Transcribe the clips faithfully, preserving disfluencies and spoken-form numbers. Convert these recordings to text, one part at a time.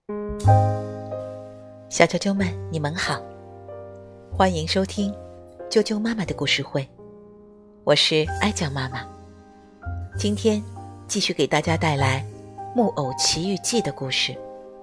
小啾啾们，你们好，欢迎收听啾啾妈妈的故事会，我是爱酱妈妈。今天继续给大家带来《木偶奇遇记》的故事。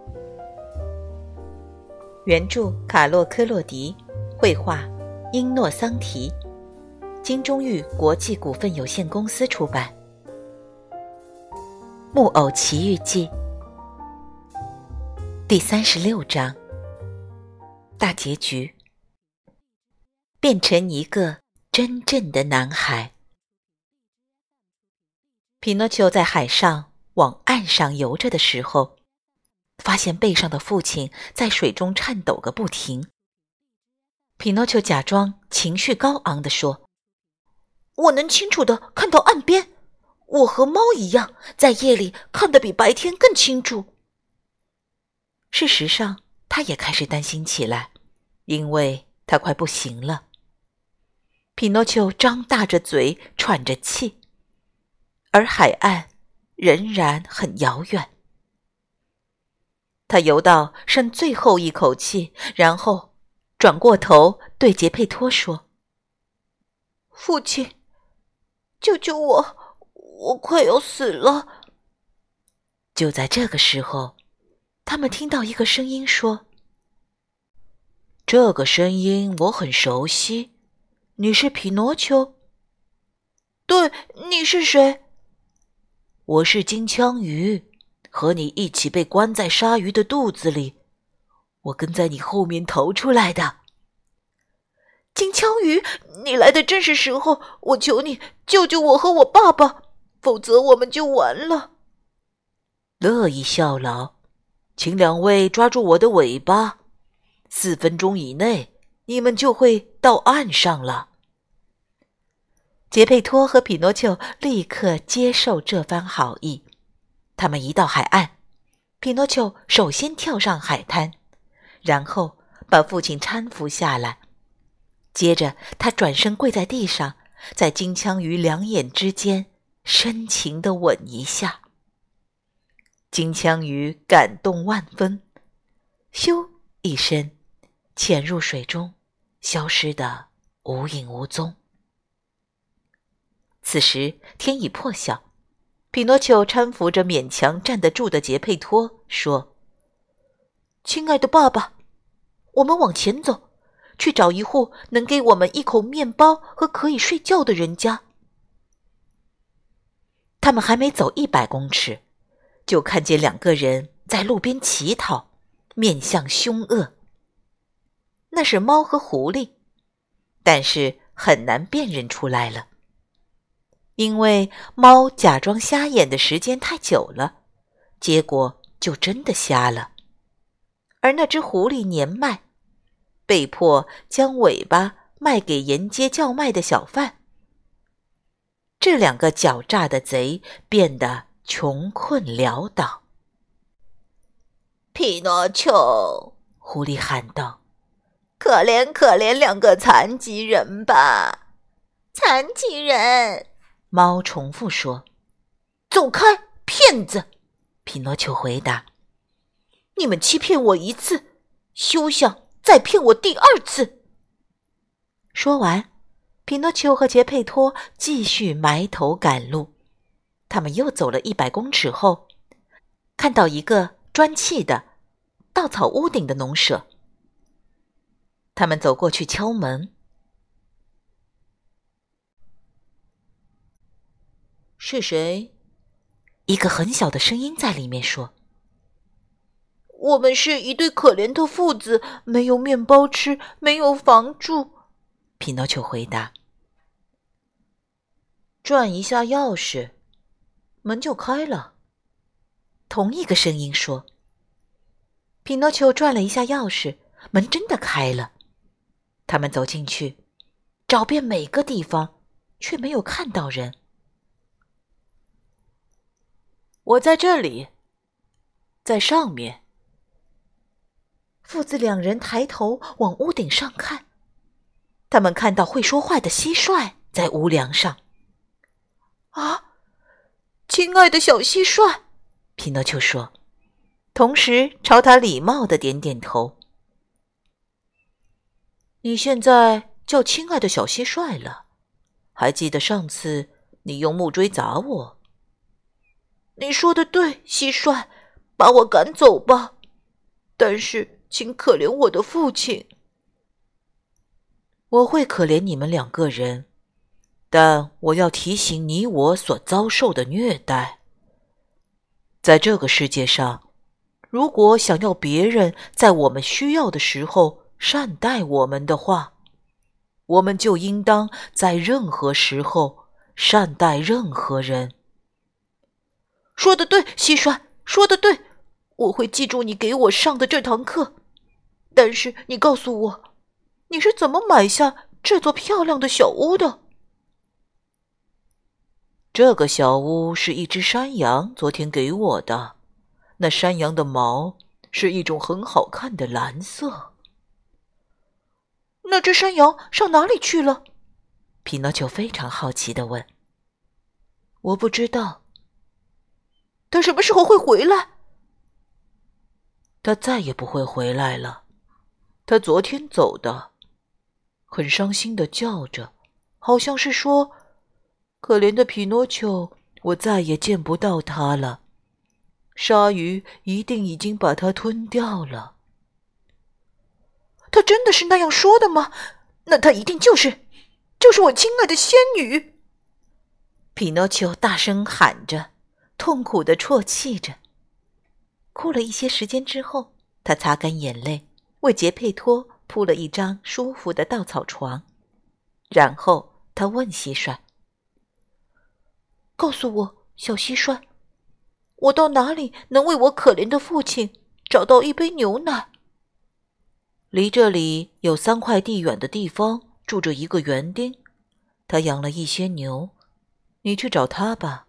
原著卡洛·科洛迪，绘画英诺桑提，金钟玉国际股份有限公司出版。《木偶奇遇记》第三十六章，大结局，变成一个真正的男孩。皮诺丘在海上往岸上游着的时候，发现背上的父亲在水中颤抖个不停。皮诺丘假装情绪高昂地说：“我能清楚地看到岸边，我和猫一样，在夜里看得比白天更清楚。”事实上，他也开始担心起来，因为他快不行了。皮诺丘张大着嘴，喘着气，而海岸仍然很遥远。他游到剩最后一口气，然后转过头对杰佩托说：“父亲，救救我，我快要死了。”就在这个时候，他们听到一个声音说：“这个声音我很熟悉，你是皮诺丘？”“对，你是谁？”“我是金枪鱼，和你一起被关在鲨鱼的肚子里，我跟在你后面逃出来的。”“金枪鱼，你来的正是时候，我求你救救我和我爸爸，否则我们就完了。”“乐意效劳，请两位抓住我的尾巴，四分钟以内你们就会到岸上了。”杰佩托和匹诺丘立刻接受这番好意。他们一到海岸，匹诺丘首先跳上海滩，然后把父亲搀扶下来。接着他转身跪在地上，在金枪鱼两眼之间深情地吻一下。金枪鱼感动万分，咻一声潜入水中，消失得无影无踪。此时天已破晓，匹诺丘搀扶着勉强站得住的杰佩托说：“亲爱的爸爸，我们往前走，去找一户能给我们一口面包和可以睡觉的人家。”他们还没走一百公尺，就看见两个人在路边乞讨，面相凶恶。那是猫和狐狸，但是很难辨认出来了，因为猫假装瞎眼的时间太久了，结果就真的瞎了。而那只狐狸年迈，被迫将尾巴卖给沿街叫卖的小贩。这两个狡诈的贼变得穷困潦倒。“匹诺丘！”狐狸喊道，“可怜可怜两个残疾人吧！”“残疾人！”猫重复说。“走开，骗子！”匹诺丘回答，“你们欺骗我一次，休想再骗我第二次！”说完，匹诺丘和杰佩托继续埋头赶路。他们又走了一百公尺后，看到一个砖砌的稻草屋顶的农舍。他们走过去敲门。“是谁？”一个很小的声音在里面说。“我们是一对可怜的父子，没有面包吃，没有房住。”匹诺丘回答。“转一下钥匙，门就开了。”同一个声音说。匹诺丘转了一下钥匙，门真的开了。他们走进去，找遍每个地方，却没有看到人。“我在这里，在上面。”父子两人抬头往屋顶上看，他们看到会说话的蟋蟀在屋梁上。“啊，亲爱的小蟋蟀！”匹诺丘说， 同时朝他礼貌地点点头。你现在叫亲爱的小蟋蟀了，还记得上次你用木锥砸我？ 你说的对，蟋蟀，把我赶走吧，但是请可怜我的父亲。 我会可怜你们两个人，但我要提醒你我所遭受的虐待。在这个世界上，如果想要别人在我们需要的时候善待我们的话，我们就应当在任何时候善待任何人。 说得对，蟋蟀，说得对，我会记住你给我上的这堂课。但是你告诉我，你是怎么买下这座漂亮的小屋的？ 这个小屋是一只山羊昨天给我的，那山羊的毛是一种很好看的蓝色。 那只山羊上哪里去了？ 匹诺丘非常好奇地问。我不知道。 他什么时候会回来？ 他再也不会回来了。他昨天走的，很伤心地叫着，好像是说，可怜的匹诺丘，我再也见不到他了。鲨鱼一定已经把他吞掉了。 他真的是那样说的吗？那他一定就是，就是我亲爱的仙女！ 匹诺丘大声喊着，痛苦地啜泣着。哭了一些时间之后，他擦干眼泪，为杰佩托铺了一张舒服的稻草床。然后他问蟋蟀： 告诉我，小蟋蟀，我到哪里能为我可怜的父亲找到一杯牛奶？ 离这里有三块地远的地方住着一个园丁，他养了一些牛，你去找他吧。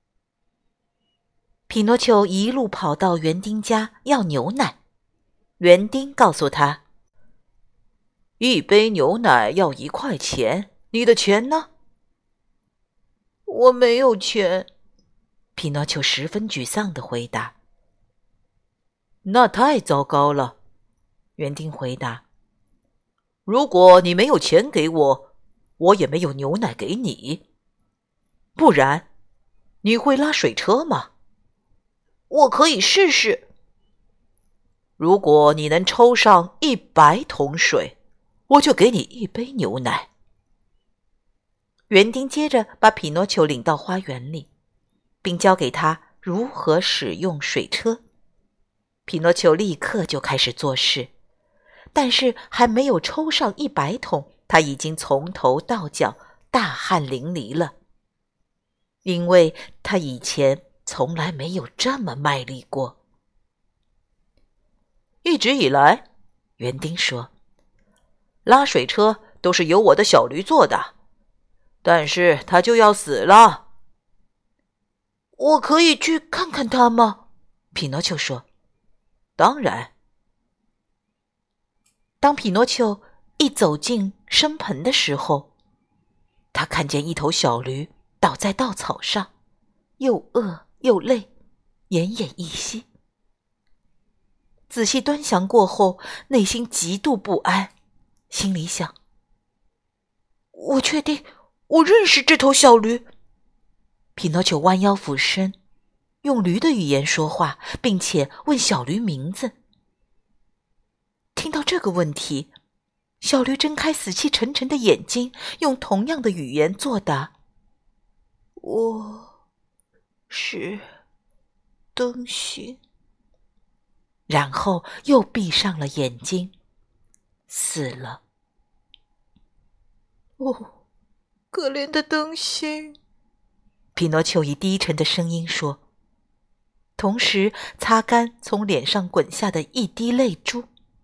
匹诺丘一路跑到园丁家要牛奶，园丁告诉他，一杯牛奶要一块钱，你的钱呢？ 我没有钱。 匹诺丘十分沮丧地回答。那太糟糕了，园丁回答。如果你没有钱给我，我也没有牛奶给你。不然，你会拉水车吗？ 我可以试试。 如果你能抽上一百桶水，我就给你一杯牛奶。园丁接着把匹诺丘领到花园里，并教给他如何使用水车。匹诺丘立刻就开始做事，但是还没有抽上一百桶，他已经从头到脚大汗淋漓了，因为他以前从来没有这么卖力过。一直以来，园丁说，拉水车都是由我的小驴做的，但是它就要死了。 我可以去看看它吗？ 匹诺丘说。当然。当匹诺丘一走进生盆的时候，他看见一头小驴倒在稻草上，又饿又累，奄奄一息。仔细端详过后，内心极度不安，心里想， 我确定我认识这头小驴。 匹诺丘弯腰俯身，用驴的语言说话，并且问小驴名字。听到这个问题，小驴睁开死气沉沉的眼睛，用同样的语言作答： 我是灯芯。 然后又闭上了眼睛，死了。 哦，可怜的灯芯！ 匹诺丘以低沉的声音说，同时擦干从脸上滚下的一滴泪珠。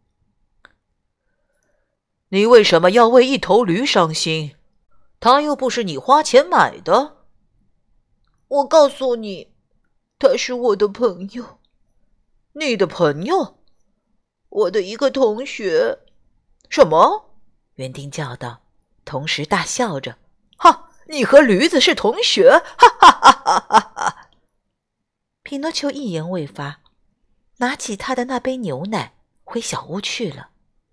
你为什么要为一头驴伤心？它又不是你花钱买的。 我告诉你，他是我的朋友。 你的朋友？ 我的一个同学。 什么？园丁叫道，同时大笑着。哈，你和驴子是同学？哈哈哈哈哈哈！匹诺丘一言未发， 拿起他的那杯牛奶回小屋去了。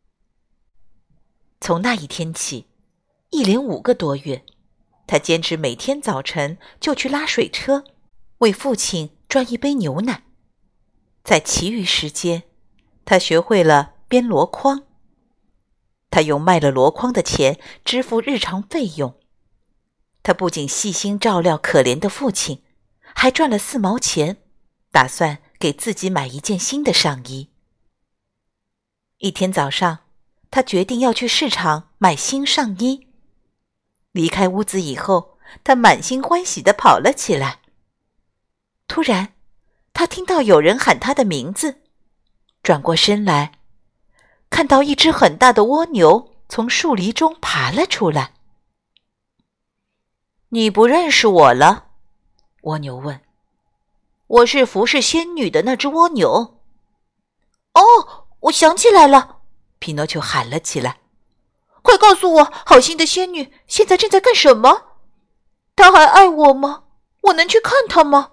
从那一天起，一连五个多月，他坚持每天早晨就去拉水车，为父亲赚一杯牛奶。在其余时间，他学会了编箩筐。他用卖了箩筐的钱支付日常费用。他不仅细心照料可怜的父亲，还赚了四毛钱，打算给自己买一件新的上衣。一天早上，他决定要去市场买新上衣。离开屋子以后，他满心欢喜地跑了起来。突然，他听到有人喊他的名字，转过身来，看到一只很大的蜗牛从树篱中爬了出来。你不认识我了？蜗牛问。我是服侍仙女的那只蜗牛。 哦，我想起来了， 皮诺丘喊了起来。 快告诉我，好心的仙女现在正在干什么？她还爱我吗？我能去看她吗？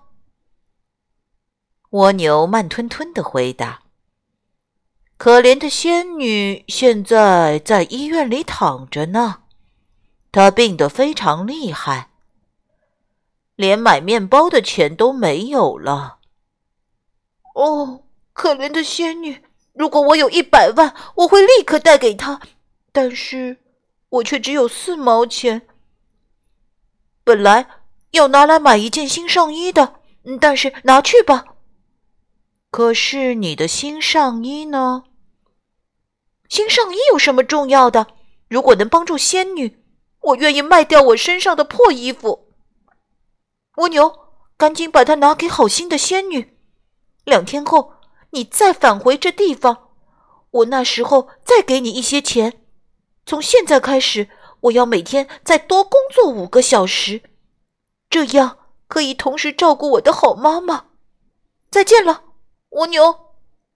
蜗牛慢吞吞地回答。 可怜的仙女现在在医院里躺着呢，她病得非常厉害，连买面包的钱都没有了。哦，可怜的仙女，如果我有一百万，我会立刻带给她，但是我却只有四毛钱。本来要拿来买一件新上衣的，但是拿去吧。可是你的新上衣呢？新上衣有什么重要的？如果能帮助仙女，我愿意卖掉我身上的破衣服。蜗牛，赶紧把它拿给好心的仙女。两天后，你再返回这地方，我那时候再给你一些钱。从现在开始，我要每天再多工作五个小时，这样可以同时照顾我的好妈妈。再见了，蜗牛。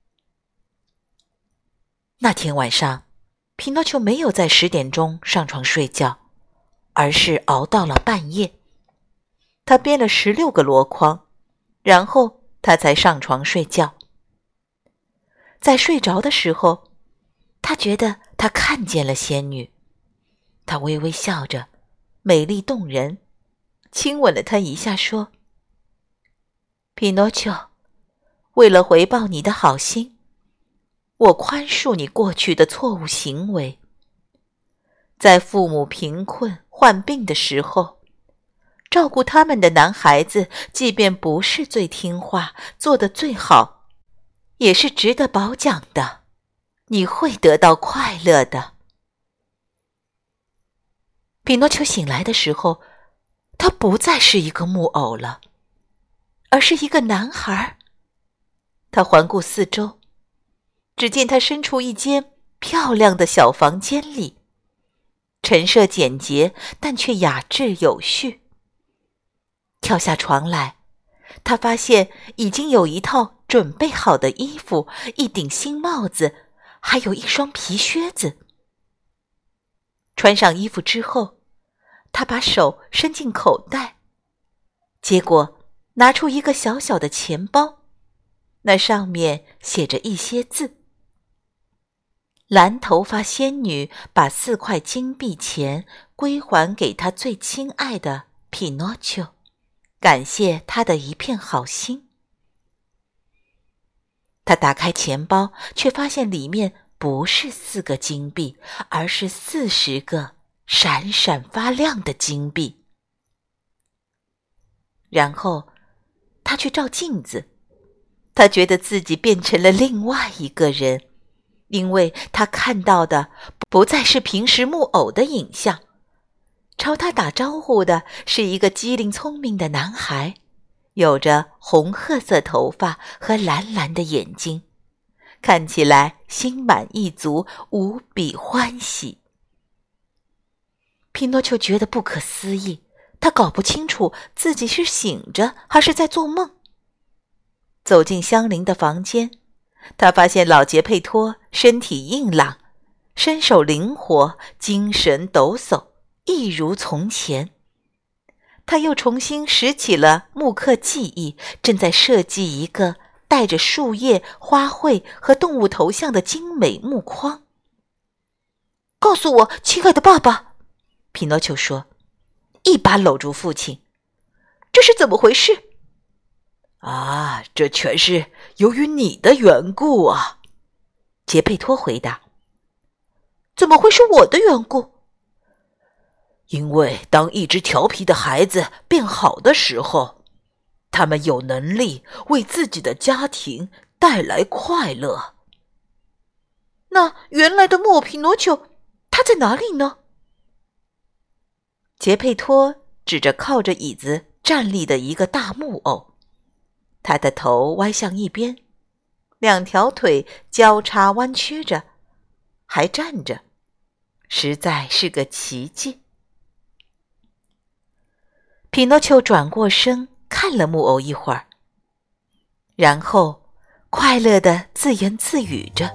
那天晚上，皮诺丘没有在十点钟上床睡觉，而是熬到了半夜。他编了十六个箩筐，然后他才上床睡觉。在睡着的时候，他觉得他看见了仙女。他微微笑着，美丽动人，亲吻了她一下，说：皮诺丘，为了回报你的好心，我宽恕你过去的错误行为。在父母贫困患病的时候，照顾他们的男孩子，即便不是最听话，做得最好，也是值得褒奖的。你会得到快乐的。匹诺丘醒来的时候，他不再是一个木偶了，而是一个男孩。他环顾四周，只见他身处一间漂亮的小房间里，陈设简洁，但却雅致有序。跳下床来，他发现已经有一套准备好的衣服，一顶新帽子，还有一双皮靴子。穿上衣服之后，他把手伸进口袋，结果拿出一个小小的钱包，那上面写着一些字。蓝头发仙女把四块金币钱归还给她最亲爱的匹诺丘，感谢他的一片好心。他打开钱包，却发现里面不是四个金币，而是四十个闪闪发亮的金币。然后他去照镜子，他觉得自己变成了另外一个人，因为他看到的不再是平时木偶的影像。朝他打招呼的是一个机灵聪明的男孩，有着红褐色头发和蓝蓝的眼睛，看起来心满意足，无比欢喜。匹诺丘觉得不可思议，他搞不清楚自己是醒着还是在做梦。走进相邻的房间，他发现老杰佩托身体硬朗，身手灵活，精神抖擞，一如从前。他又重新拾起了木刻技艺，正在设计一个带着树叶、花卉和动物头像的精美木框。 告诉我，亲爱的爸爸， 匹诺丘说，一把搂住父亲。 这是怎么回事？ 啊，这全是由于你的缘故啊， 杰佩托回答。 怎么会是我的缘故？ 因为当一只调皮的孩子变好的时候，他们有能力为自己的家庭带来快乐。 那原来的木偶匹诺丘，他在哪里呢？ 杰佩托指着靠着椅子站立的一个大木偶，他的头歪向一边，两条腿交叉弯曲着，还站着，实在是个奇迹。匹诺丘转过身看了木偶一会儿，然后快乐地自言自语着：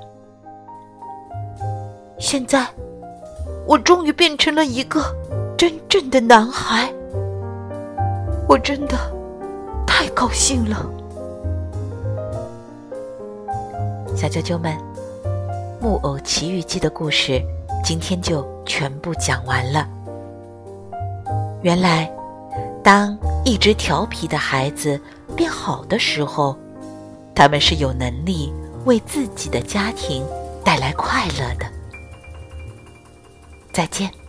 现在我终于变成了一个真正的男孩，我真的太高兴了。 小啾啾们，《木偶奇遇记》的故事今天就全部讲完了。原来当一只调皮的孩子变好的时候，他们是有能力为自己的家庭带来快乐的。再见。